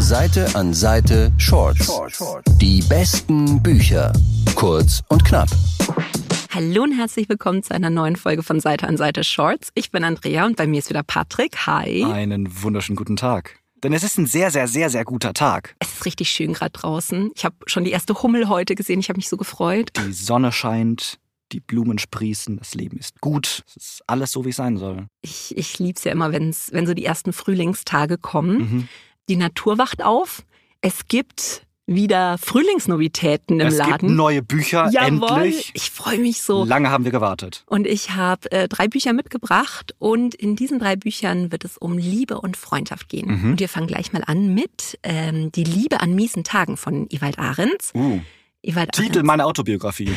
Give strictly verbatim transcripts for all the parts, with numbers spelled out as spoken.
Seite an Seite Shorts. Die besten Bücher. Kurz und knapp. Hallo und herzlich willkommen zu einer neuen Folge von Seite an Seite Shorts. Ich bin Andrea und bei mir ist wieder Patrick. Hi. Einen wunderschönen guten Tag. Denn es ist ein sehr, sehr, sehr, sehr guter Tag. Es ist richtig schön gerade draußen. Ich habe schon die erste Hummel heute gesehen. Ich habe mich so gefreut. Die Sonne scheint, die Blumen sprießen, das Leben ist gut. Es ist alles so, wie es sein soll. Ich, ich liebe es ja immer, wenn's, wenn so die ersten Frühlingstage kommen. Mhm. Die Natur wacht auf. Es gibt wieder Frühlingsnovitäten im es Laden. Es gibt neue Bücher, Jawohl, endlich. Ich freue mich so. Lange haben wir gewartet. Und ich habe äh, drei Bücher mitgebracht und in diesen drei Büchern wird es um Liebe und Freundschaft gehen. Mhm. Und wir fangen gleich mal an mit ähm, Die Liebe an miesen Tagen von Ewald Ahrens. Uh, Ewald Titel Ahrens. meiner Autobiografie.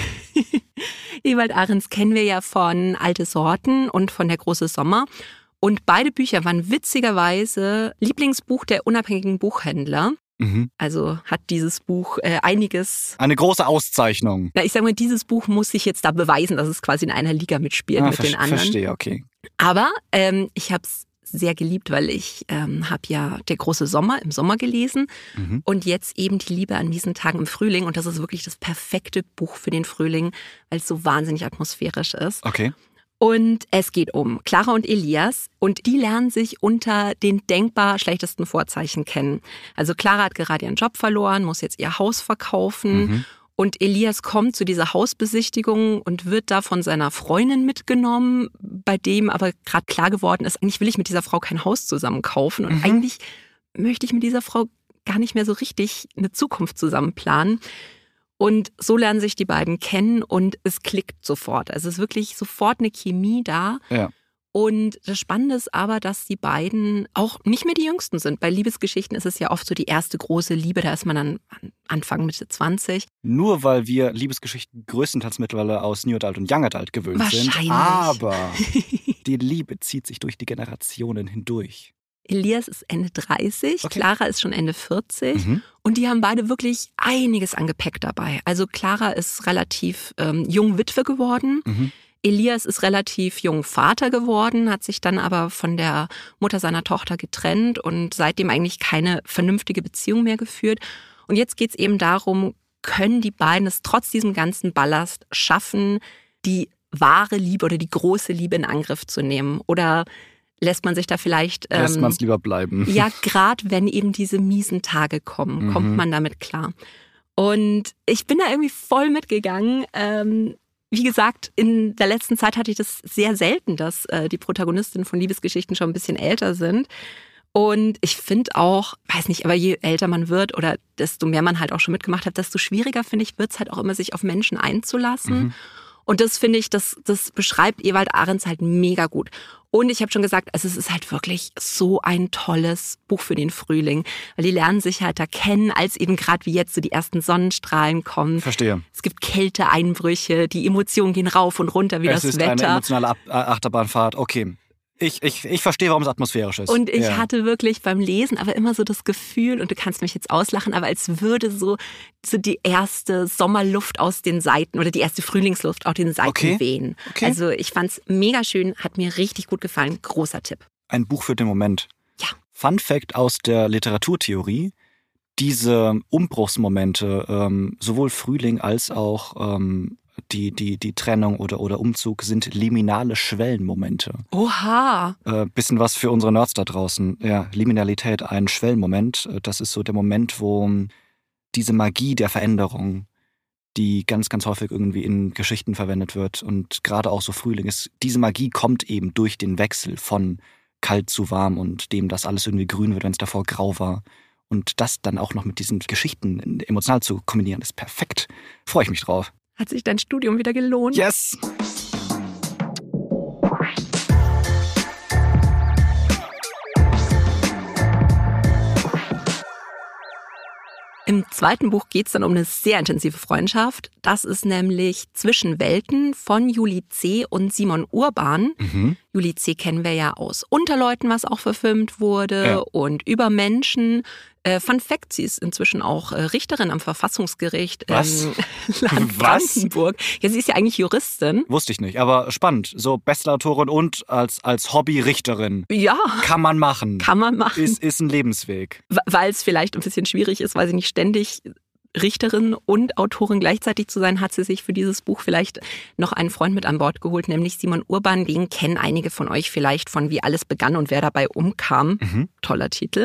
Ewald Ahrens kennen wir ja von Alte Sorten und von Der große Sommer. Und beide Bücher waren witzigerweise Lieblingsbuch der unabhängigen Buchhändler. Mhm. Also hat dieses Buch äh, einiges... Eine große Auszeichnung. Na, ich sage mal, dieses Buch muss sich jetzt da beweisen, dass es quasi in einer Liga mitspielt ah, mit ver- den anderen. Verstehe, okay. Aber ähm, ich habe es sehr geliebt, weil ich ähm, habe ja Der große Sommer im Sommer gelesen Mhm. und jetzt eben Die Liebe an miesen Tagen im Frühling. Und das ist wirklich das perfekte Buch für den Frühling, weil es so wahnsinnig atmosphärisch ist. Okay. Und es geht um Clara und Elias und die lernen sich unter den denkbar schlechtesten Vorzeichen kennen. Also Clara hat gerade ihren Job verloren, muss jetzt ihr Haus verkaufen Mhm. und Elias kommt zu dieser Hausbesichtigung und wird da von seiner Freundin mitgenommen, bei dem aber gerade klar geworden ist, eigentlich will ich mit dieser Frau kein Haus zusammen kaufen und Mhm. eigentlich möchte ich mit dieser Frau gar nicht mehr so richtig eine Zukunft zusammen planen. Und so lernen sich die beiden kennen und es klickt sofort. Also es ist wirklich sofort eine Chemie da. Ja. Und das Spannende ist aber, dass die beiden auch nicht mehr die Jüngsten sind. Bei Liebesgeschichten ist es ja oft so die erste große Liebe, da ist man dann Anfang, Mitte zwanzig. Nur weil wir Liebesgeschichten größtenteils mittlerweile aus New Adult und Young Adult gewöhnt sind. Wahrscheinlich. Aber die Liebe zieht sich durch die Generationen hindurch. Elias ist Ende dreißig, Okay. Clara ist schon Ende vierzig Mhm. und die haben beide wirklich einiges an Gepäck dabei. Also Clara ist relativ ähm, jung Witwe geworden. Mhm. Elias ist relativ jung Vater geworden, hat sich dann aber von der Mutter seiner Tochter getrennt und seitdem eigentlich keine vernünftige Beziehung mehr geführt. Und jetzt geht es eben darum, können die beiden es trotz diesem ganzen Ballast schaffen, die wahre Liebe oder die große Liebe in Angriff zu nehmen? Oder lässt man sich da vielleicht... Lässt ähm, man es lieber bleiben. Ja, gerade wenn eben diese miesen Tage kommen, Mhm. kommt man damit klar. Und ich bin da irgendwie voll mitgegangen. Ähm, wie gesagt, in der letzten Zeit hatte ich das sehr selten, dass äh, die Protagonistinnen von Liebesgeschichten schon ein bisschen älter sind. Und ich finde auch, weiß nicht, aber je älter man wird oder desto mehr man halt auch schon mitgemacht hat, desto schwieriger, finde ich, wird es halt auch immer, sich auf Menschen einzulassen. Mhm. Und das finde ich, das, das beschreibt Ewald Ahrens halt mega gut. Und ich habe schon gesagt, also es ist halt wirklich so ein tolles Buch für den Frühling. Weil die lernen sich halt da kennen, als eben gerade wie jetzt so die ersten Sonnenstrahlen kommen. Verstehe. Es gibt Kälteeinbrüche, die Emotionen gehen rauf und runter wie es das ist eine Wetter. emotionale Ab- Achterbahnfahrt. Okay. Ich, ich, ich verstehe, warum es atmosphärisch ist. Und ich ja. hatte wirklich beim Lesen aber immer so das Gefühl, und du kannst mich jetzt auslachen, aber als würde so, so die erste Sommerluft aus den Seiten oder die erste Frühlingsluft aus den Seiten Okay. wehen. Okay. Also ich fand's mega schön, hat mir richtig gut gefallen. Großer Tipp. Ein Buch für den Moment. Ja. Fun Fact aus der Literaturtheorie. Diese Umbruchsmomente, ähm, sowohl Frühling als auch ähm, die, die, die Trennung oder, oder Umzug, sind liminale Schwellenmomente. Oha. Äh, bisschen was für unsere Nerds da draußen. Ja, Liminalität, ein Schwellenmoment. Äh, Das ist so der Moment, wo ähm, diese Magie der Veränderung, die ganz, ganz häufig irgendwie in Geschichten verwendet wird und gerade auch so Frühling ist, diese Magie kommt eben durch den Wechsel von kalt zu warm und dem, dass alles irgendwie grün wird, wenn es davor grau war. Und das dann auch noch mit diesen Geschichten emotional zu kombinieren, ist perfekt. Freue ich mich drauf. Hat sich dein Studium wieder gelohnt? Yes! Im zweiten Buch geht es dann um eine sehr intensive Freundschaft. Das ist nämlich Zwischen Welten von Julie C. und Simon Urban. Mhm. Julie C. kennen wir ja aus Unterleuten, was auch verfilmt wurde, Ja. und Über Menschen. Äh, Fun Fact, sie ist inzwischen auch äh, Richterin am Verfassungsgericht Was? im Land Was? Brandenburg. Ja, sie ist ja eigentlich Juristin. Wusste ich nicht, aber spannend. So Bestsellerautorin und als, als Hobby-Richterin. Ja, Kann man machen. kann man machen. Ist, ist ein Lebensweg. Weil es vielleicht ein bisschen schwierig ist, weil sie nicht ständig Richterin und Autorin gleichzeitig zu sein, hat sie sich für dieses Buch vielleicht noch einen Freund mit an Bord geholt, nämlich Simon Urban. Den kennen einige von euch vielleicht von Wie alles begann und wer dabei umkam. Mhm. Toller Titel.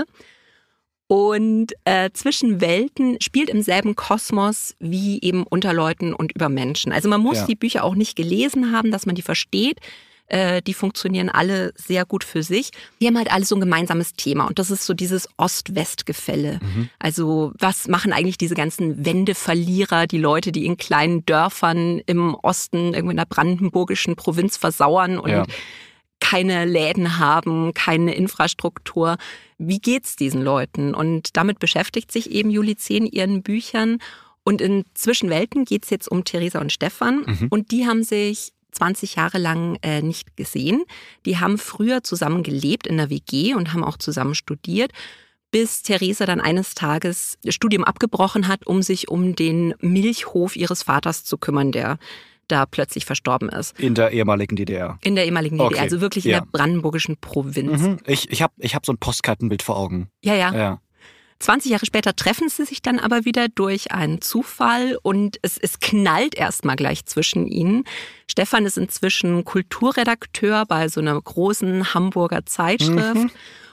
Und äh, Zwischen Welten spielt im selben Kosmos wie eben Unter Leuten und über Menschen. Also man muss Ja. die Bücher auch nicht gelesen haben, dass man die versteht. Äh, die funktionieren alle sehr gut für sich. Die haben halt alle so ein gemeinsames Thema und das ist so dieses Ost-West-Gefälle. Mhm. Also was machen eigentlich diese ganzen Wendeverlierer, die Leute, die in kleinen Dörfern im Osten, irgendwie in der brandenburgischen Provinz versauern und Ja. keine Läden haben, keine Infrastruktur. Wie geht's diesen Leuten? Und damit beschäftigt sich eben Julie C. in ihren Büchern. Und in Zwischen Welten geht's jetzt um Theresa und Stefan. Mhm. Und die haben sich zwanzig Jahre lang äh, nicht gesehen. Die haben früher zusammen gelebt in der W G und haben auch zusammen studiert, bis Theresa dann eines Tages das Studium abgebrochen hat, um sich um den Milchhof ihres Vaters zu kümmern, der da plötzlich verstorben ist. In der ehemaligen D D R. In der ehemaligen D D R, Okay, also wirklich in ja. der brandenburgischen Provinz. Mhm. Ich, ich habe ich hab so ein Postkartenbild vor Augen. Ja, ja. Ja. zwanzig Jahre später treffen sie sich dann aber wieder durch einen Zufall und es, es knallt erstmal gleich zwischen ihnen. Stefan ist inzwischen Kulturredakteur bei so einer großen Hamburger Zeitschrift Mhm.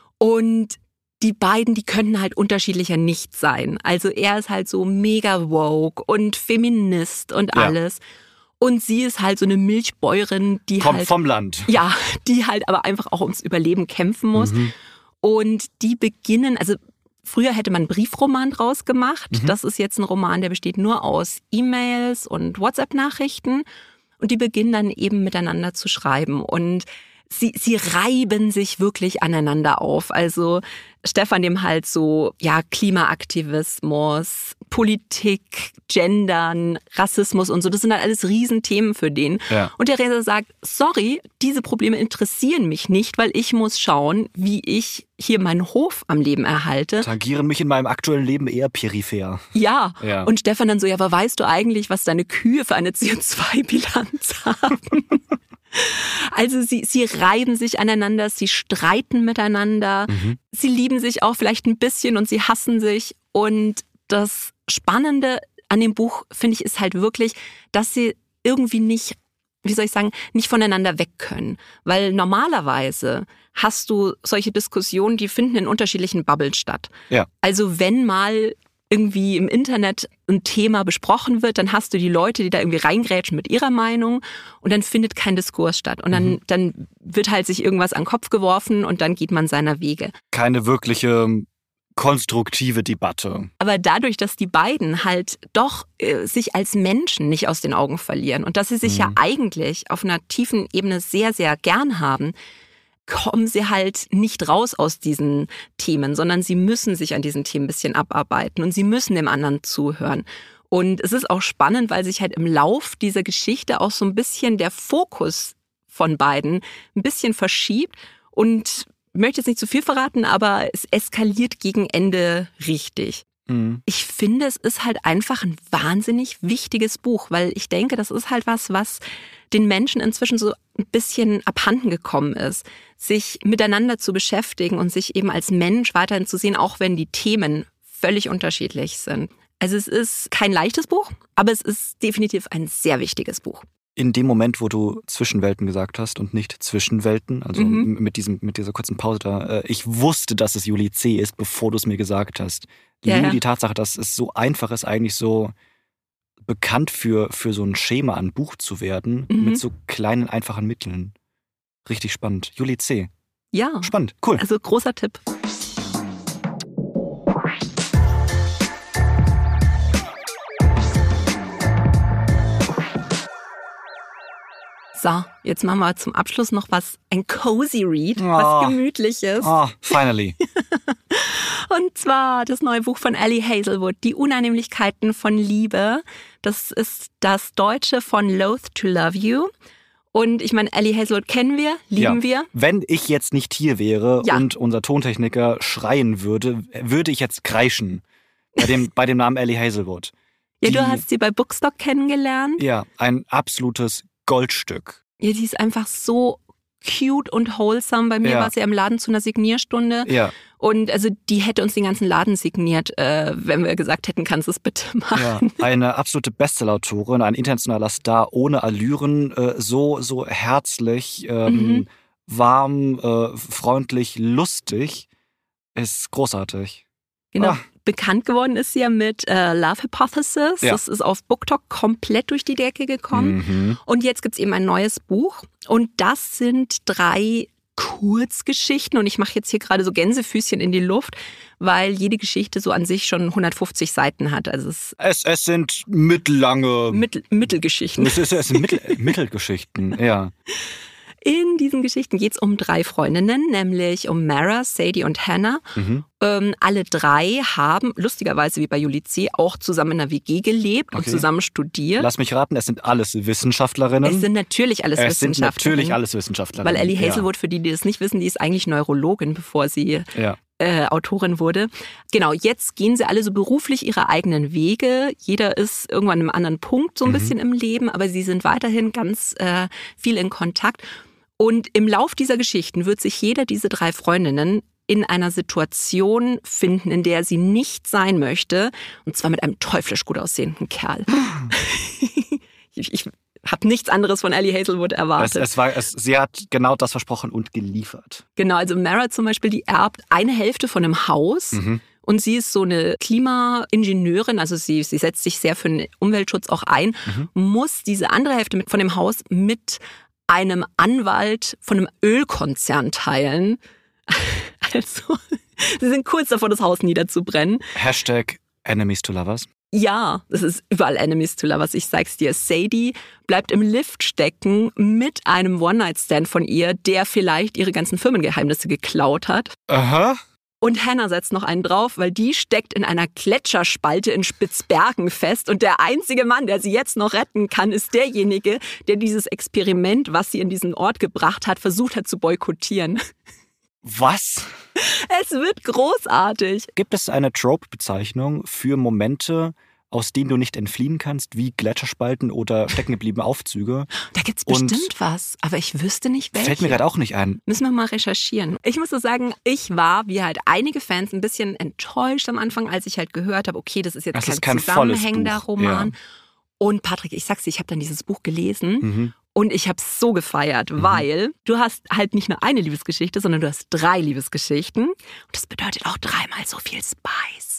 und die beiden, die könnten halt unterschiedlicher nicht sein. Also er ist halt so mega woke und Feminist und Ja. alles. Und sie ist halt so eine Milchbäuerin, die Kommt halt... vom Land. Ja, die halt aber einfach auch ums Überleben kämpfen muss. Mhm. Und die beginnen, also früher hätte man einen Briefroman draus gemacht. Mhm. Das ist jetzt ein Roman, der besteht nur aus E-Mails und WhatsApp-Nachrichten. Und die beginnen dann eben miteinander zu schreiben. Und sie, sie reiben sich wirklich aneinander auf. Also Stefan dem halt so, ja, Klimaaktivismus, Politik, Gendern, Rassismus und so. Das sind halt alles Riesenthemen für den. Ja. Und Theresa sagt, sorry, diese Probleme interessieren mich nicht, weil ich muss schauen, wie ich hier meinen Hof am Leben erhalte. Tangieren mich in meinem aktuellen Leben eher peripher. Ja. Ja. Und Stefan dann so, ja, aber weißt du eigentlich, was deine Kühe für eine C O zwei Bilanz haben? Also sie, sie reiben sich aneinander, sie streiten miteinander, Mhm. sie lieben sich auch vielleicht ein bisschen und sie hassen sich. Und das Spannende an dem Buch, finde ich, ist halt wirklich, dass sie irgendwie nicht, wie soll ich sagen, nicht voneinander weg können. Weil normalerweise hast du solche Diskussionen, die finden in unterschiedlichen Bubbles statt. Ja. Also wenn mal irgendwie im Internet ein Thema besprochen wird, dann hast du die Leute, die da irgendwie reingrätschen mit ihrer Meinung und dann findet kein Diskurs statt. Und dann, Mhm. dann wird halt sich irgendwas an den Kopf geworfen und dann geht man seiner Wege. Keine wirkliche konstruktive Debatte. Aber dadurch, dass die beiden halt doch äh, sich als Menschen nicht aus den Augen verlieren und dass sie sich Mhm. ja eigentlich auf einer tiefen Ebene sehr, sehr gern haben, kommen sie halt nicht raus aus diesen Themen, sondern sie müssen sich an diesen Themen ein bisschen abarbeiten und sie müssen dem anderen zuhören. Und es ist auch spannend, weil sich halt im Lauf dieser Geschichte auch so ein bisschen der Fokus von beiden ein bisschen verschiebt und ich möchte jetzt nicht zu viel verraten, aber es eskaliert gegen Ende richtig. Mhm. Ich finde, es ist halt einfach ein wahnsinnig wichtiges Buch, weil ich denke, das ist halt was, was den Menschen inzwischen so ein bisschen abhanden gekommen ist, sich miteinander zu beschäftigen und sich eben als Mensch weiterhin zu sehen, auch wenn die Themen völlig unterschiedlich sind. Also es ist kein leichtes Buch, aber es ist definitiv ein sehr wichtiges Buch. In dem Moment, wo du Zwischenwelten gesagt hast und nicht Zwischenwelten, also Mhm. mit diesem, mit dieser kurzen Pause da, äh, ich wusste, dass es Julie C. ist, bevor du es mir gesagt hast. Ja, Liebe ja. die Tatsache, dass es so einfach ist, eigentlich so bekannt für, für so ein Schema an Buch zu werden, Mhm. mit so kleinen, einfachen Mitteln. Richtig spannend. Julie C. Ja, Spannend, cool. also großer Tipp. So, jetzt machen wir zum Abschluss noch was, ein Cozy Read, Oh. was Gemütliches. Oh, finally. Und zwar das neue Buch von Ellie Hazelwood, Die Unannehmlichkeiten von Liebe. Das ist das Deutsche von Loath to Love You. Und ich meine, Ellie Hazelwood kennen wir, lieben ja. wir. Wenn ich jetzt nicht hier wäre ja. und unser Tontechniker schreien würde, würde ich jetzt kreischen bei dem, bei dem Namen Ellie Hazelwood. Ja, die, du hast sie bei Bookstock kennengelernt. Ja, ein absolutes Goldstück. Ja, die ist einfach so cute und wholesome. Bei mir ja. war sie im Laden zu einer Signierstunde. Ja. Und also die hätte uns den ganzen Laden signiert, äh, wenn wir gesagt hätten, kannst du es bitte machen. Ja, eine absolute Bestsellerautorin, ein internationaler Star ohne Allüren, äh, so so herzlich, ähm, Mhm. warm, äh, freundlich, lustig, ist großartig. Genau. Ah. Bekannt geworden ist sie ja mit äh, Love Hypothesis. Ja. Das ist auf BookTok komplett durch die Decke gekommen. Mhm. Und jetzt gibt's eben ein neues Buch. Und das sind drei Kurzgeschichten. Und ich mache jetzt hier gerade so Gänsefüßchen in die Luft, weil jede Geschichte so an sich schon hundertfünfzig Seiten hat. Also es Es, es sind mittellange... Mittel, Mittelgeschichten. Es, ist, es sind Mittel, Mittelgeschichten, ja. In diesen Geschichten geht's um drei Freundinnen, nämlich um Mara, Sadie und Hannah. Mhm. Ähm, alle drei haben, lustigerweise wie bei Julizi, auch zusammen in einer W G gelebt Okay. und zusammen studiert. Lass mich raten, es sind alles Wissenschaftlerinnen. Es sind natürlich alles Es sind Wissenschaftlerinnen. natürlich alles Wissenschaftlerinnen. Weil Ellie Hazelwood, für die, die das nicht wissen, die ist eigentlich Neurologin, bevor sie Ja. äh, Autorin wurde. Genau, jetzt gehen sie alle so beruflich ihre eigenen Wege. Jeder ist irgendwann an einem anderen Punkt so ein Mhm. bisschen im Leben, aber sie sind weiterhin ganz äh, viel in Kontakt. Und im Lauf dieser Geschichten wird sich jeder dieser drei Freundinnen in einer Situation finden, in der sie nicht sein möchte. Und zwar mit einem teuflisch gut aussehenden Kerl. ich ich habe nichts anderes von Ellie Hazelwood Es, erwartet. es war, es, sie hat genau das versprochen und geliefert. Genau, also Mara zum Beispiel, die erbt eine Hälfte von einem Haus. Mhm. Und sie ist so eine Klimaingenieurin, also sie, sie setzt sich sehr für den Umweltschutz auch ein, Mhm. muss diese andere Hälfte mit, von dem Haus mit einem Anwalt von einem Ölkonzern teilen. Also, sie sind kurz davor, das Haus niederzubrennen. Hashtag Enemies to Lovers. Ja, das ist überall Enemies to Lovers, ich sag's dir. Sadie bleibt im Lift stecken mit einem One-Night-Stand von ihr, der vielleicht ihre ganzen Firmengeheimnisse geklaut hat. Aha. Und Hannah setzt noch einen drauf, weil die steckt in einer Gletscherspalte in Spitzbergen fest. Und der einzige Mann, der sie jetzt noch retten kann, ist derjenige, der dieses Experiment, was sie in diesen Ort gebracht hat, versucht hat zu boykottieren. Was? Es wird großartig. Gibt es eine Trope-Bezeichnung für Momente, aus denen du nicht entfliehen kannst, wie Gletscherspalten oder steckengebliebene Aufzüge? Da gibt's Und bestimmt was, aber ich wüsste nicht welche. Fällt mir gerade auch nicht ein. Müssen wir mal recherchieren. Ich muss so sagen, ich war, wie halt einige Fans, ein bisschen enttäuscht am Anfang, als ich halt gehört habe, okay, das ist jetzt Das kein, ist kein volles zusammenhängender Buch, Roman. ja. Und Patrick, ich sag's dir, ich habe dann dieses Buch gelesen Mhm. und ich habe es so gefeiert, Mhm. weil du hast halt nicht nur eine Liebesgeschichte, sondern du hast drei Liebesgeschichten. Und das bedeutet auch dreimal so viel Spice.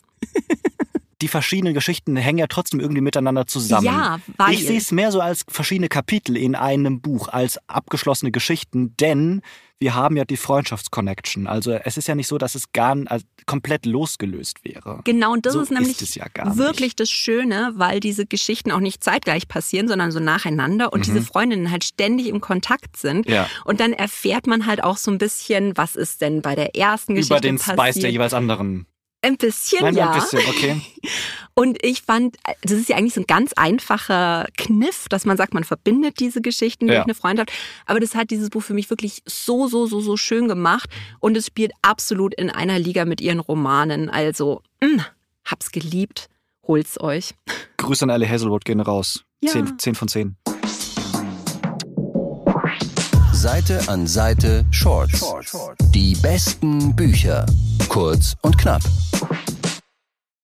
Die verschiedenen Geschichten hängen ja trotzdem irgendwie miteinander zusammen. Ja, weil... Ich sehe es mehr so als verschiedene Kapitel in einem Buch, als abgeschlossene Geschichten, denn wir haben ja die Freundschaftsconnection. Also es ist ja nicht so, dass es gar also komplett losgelöst wäre. Genau, und das so ist nämlich ist es ja gar wirklich nicht. das Schöne, weil diese Geschichten auch nicht zeitgleich passieren, sondern so nacheinander und Mhm. diese Freundinnen halt ständig im Kontakt sind. Ja. Und dann erfährt man halt auch so ein bisschen, was ist denn bei der ersten Geschichte Über den passiert. Spice der jeweils anderen. Ein bisschen, Nein, ja. ein bisschen, okay. Und ich fand, das ist ja eigentlich so ein ganz einfacher Kniff, dass man sagt, man verbindet diese Geschichten durch Ja. eine Freundschaft. Aber das hat dieses Buch für mich wirklich so, so, so, so schön gemacht. Und es spielt absolut in einer Liga mit ihren Romanen. Also, mh, hab's geliebt. Holt's euch. Grüße an Ellie Hazelwood gehen raus. Ja. Zehn, zehn von zehn. Seite an Seite Shorts. Die besten Bücher. Kurz und knapp.